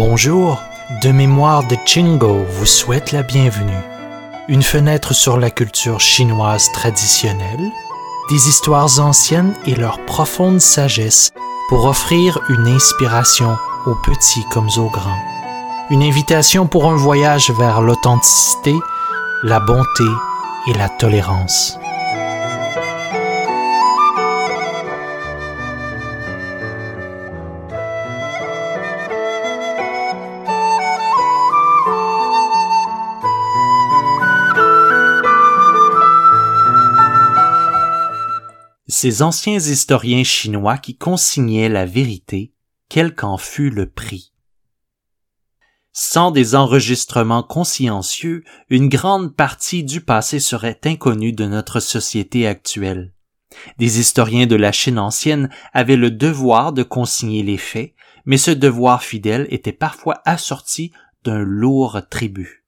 Bonjour, De Mémoire de Chingo vous souhaite la bienvenue. Une fenêtre sur la culture chinoise traditionnelle, des histoires anciennes et leur profonde sagesse pour offrir une inspiration aux petits comme aux grands. Une invitation pour un voyage vers l'authenticité, la bonté et la tolérance. Ces anciens historiens chinois qui consignaient la vérité, quel qu'en fût le prix. Sans des enregistrements consciencieux, une grande partie du passé serait inconnue de notre société actuelle. Des historiens de la Chine ancienne avaient le devoir de consigner les faits, mais ce devoir fidèle était parfois assorti d'un lourd tribut.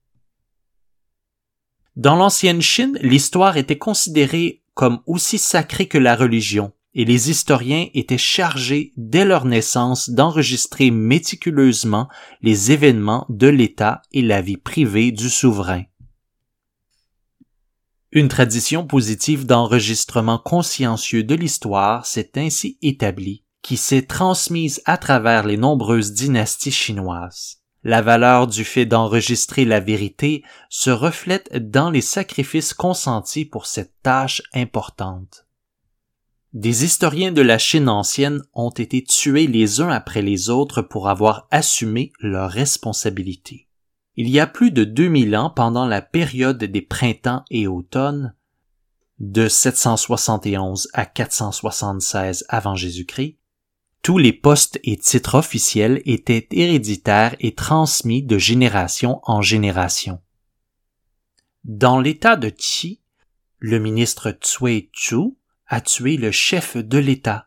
Dans l'ancienne Chine, l'histoire était considérée comme aussi sacrée que la religion, et les historiens étaient chargés dès leur naissance d'enregistrer méticuleusement les événements de l'État et la vie privée du souverain. Une tradition positive d'enregistrement consciencieux de l'histoire s'est ainsi établie, qui s'est transmise à travers les nombreuses dynasties chinoises. La valeur du fait d'enregistrer la vérité se reflète dans les sacrifices consentis pour cette tâche importante. Des historiens de la Chine ancienne ont été tués les uns après les autres pour avoir assumé leurs responsabilités. Il y a plus de 2000 ans, pendant la période des printemps et automnes, de 771 à 476 avant Jésus-Christ, tous les postes et titres officiels étaient héréditaires et transmis de génération en génération. Dans l'état de Qi, le ministre Cui Chu a tué le chef de l'État,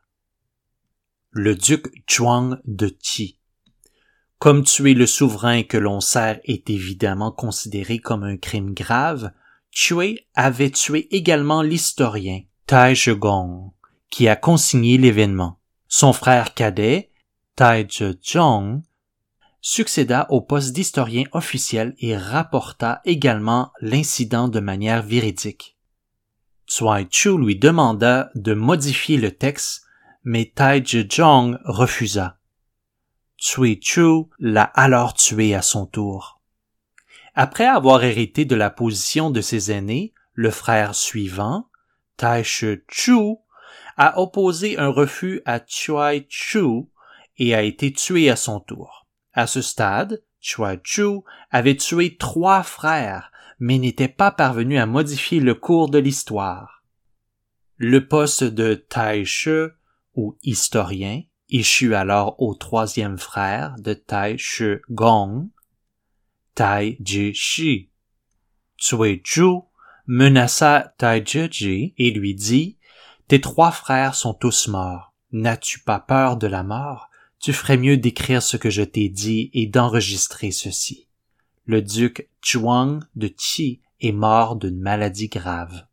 le duc Zhuang de Qi. Comme tuer le souverain que l'on sert est évidemment considéré comme un crime grave, Cui avait tué également l'historien Tai Zhegong, qui a consigné l'événement. Son frère cadet, Tai Zhezhong, succéda au poste d'historien officiel et rapporta également l'incident de manière véridique. Cui Chu lui demanda de modifier le texte, mais Tai Zhezhong refusa. Cui Chu l'a alors tué à son tour. Après avoir hérité de la position de ses aînés, le frère suivant, Tai Shi-chu, a opposé un refus à Cui Chu et a été tué à son tour. À ce stade, Cui Chu avait tué 3 frères, mais n'était pas parvenu à modifier le cours de l'histoire. Le poste de Tai Shi, ou historien, échut alors au 3e frère de Tai Zhegong, Tai Zhishi. Cui Chu menaça Tai Zhiji et lui dit: tes 3 frères sont tous morts. N'as-tu pas peur de la mort? Tu ferais mieux d'écrire ce que je t'ai dit et d'enregistrer ceci. Le duc Zhuang de Qi est mort d'une maladie grave.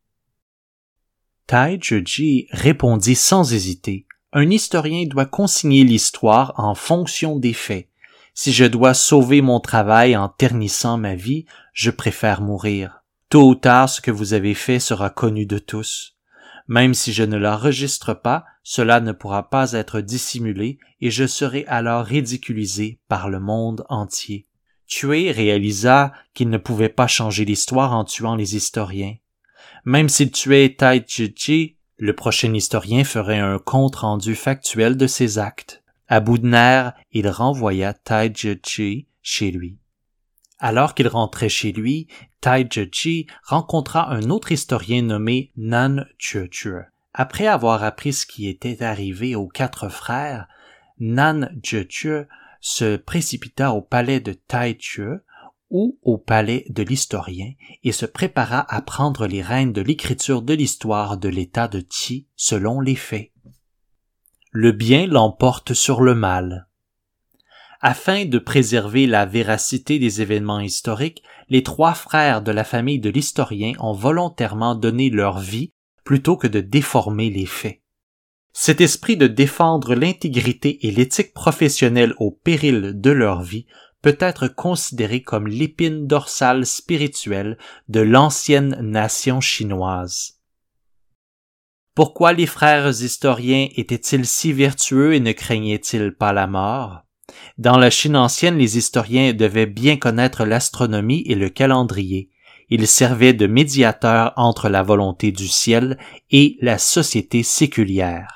Tai Zhiji répondit sans hésiter: un historien doit consigner l'histoire en fonction des faits. Si je dois sauver mon travail en ternissant ma vie, je préfère mourir. Tôt ou tard, ce que vous avez fait sera connu de tous. Même si je ne l'enregistre pas, cela ne pourra pas être dissimulé et je serai alors ridiculisé par le monde entier. Cui réalisa qu'il ne pouvait pas changer l'histoire en tuant les historiens. Même s'il tuait Tai Zhiji, le prochain historien ferait un compte-rendu factuel de ses actes. À bout de nerfs, il renvoya Tai Zhiji chez lui. Alors qu'il rentrait chez lui, Tai Zhiji rencontra un autre historien nommé Nan Zhezhi. Après avoir appris ce qui était arrivé aux 4 frères, Nan Zhezhi se précipita au palais de Tai Zhi ou au palais de l'historien et se prépara à prendre les rênes de l'écriture de l'histoire de l'état de Qi selon les faits. Le bien l'emporte sur le mal. Afin de préserver la véracité des événements historiques, les 3 frères de la famille de l'historien ont volontairement donné leur vie plutôt que de déformer les faits. Cet esprit de défendre l'intégrité et l'éthique professionnelle au péril de leur vie peut être considéré comme l'épine dorsale spirituelle de l'ancienne nation chinoise. Pourquoi les frères historiens étaient-ils si vertueux et ne craignaient-ils pas la mort? Dans la Chine ancienne, les historiens devaient bien connaître l'astronomie et le calendrier. Ils servaient de médiateurs entre la volonté du ciel et la société séculière.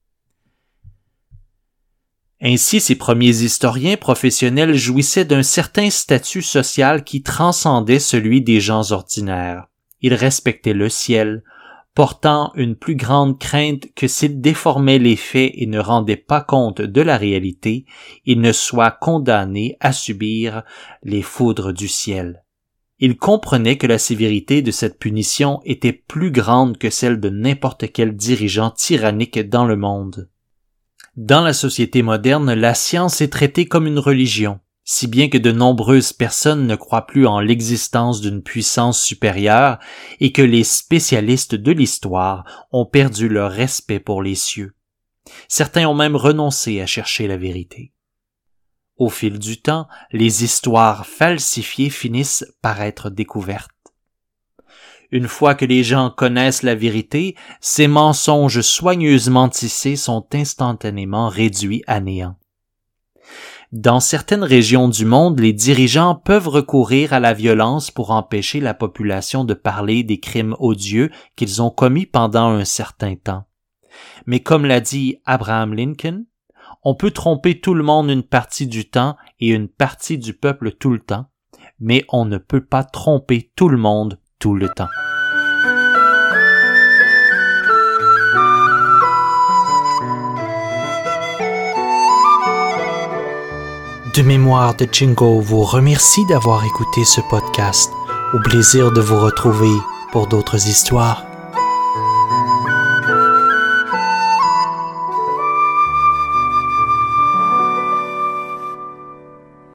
Ainsi, ces premiers historiens professionnels jouissaient d'un certain statut social qui transcendait celui des gens ordinaires. Ils respectaient le ciel, portant une plus grande crainte que s'ils déformaient les faits et ne rendaient pas compte de la réalité, ils ne soient condamnés à subir les foudres du ciel. Ils comprenaient que la sévérité de cette punition était plus grande que celle de n'importe quel dirigeant tyrannique dans le monde. Dans la société moderne, la science est traitée comme une religion, si bien que de nombreuses personnes ne croient plus en l'existence d'une puissance supérieure et que les spécialistes de l'histoire ont perdu leur respect pour les cieux. Certains ont même renoncé à chercher la vérité. Au fil du temps, les histoires falsifiées finissent par être découvertes. Une fois que les gens connaissent la vérité, ces mensonges soigneusement tissés sont instantanément réduits à néant. Dans certaines régions du monde, les dirigeants peuvent recourir à la violence pour empêcher la population de parler des crimes odieux qu'ils ont commis pendant un certain temps. Mais comme l'a dit Abraham Lincoln, on peut tromper tout le monde une partie du temps et une partie du peuple tout le temps, mais on ne peut pas tromper tout le monde tout le temps. De Mémoire de Jingo vous remercie d'avoir écouté ce podcast. Au plaisir de vous retrouver pour d'autres histoires.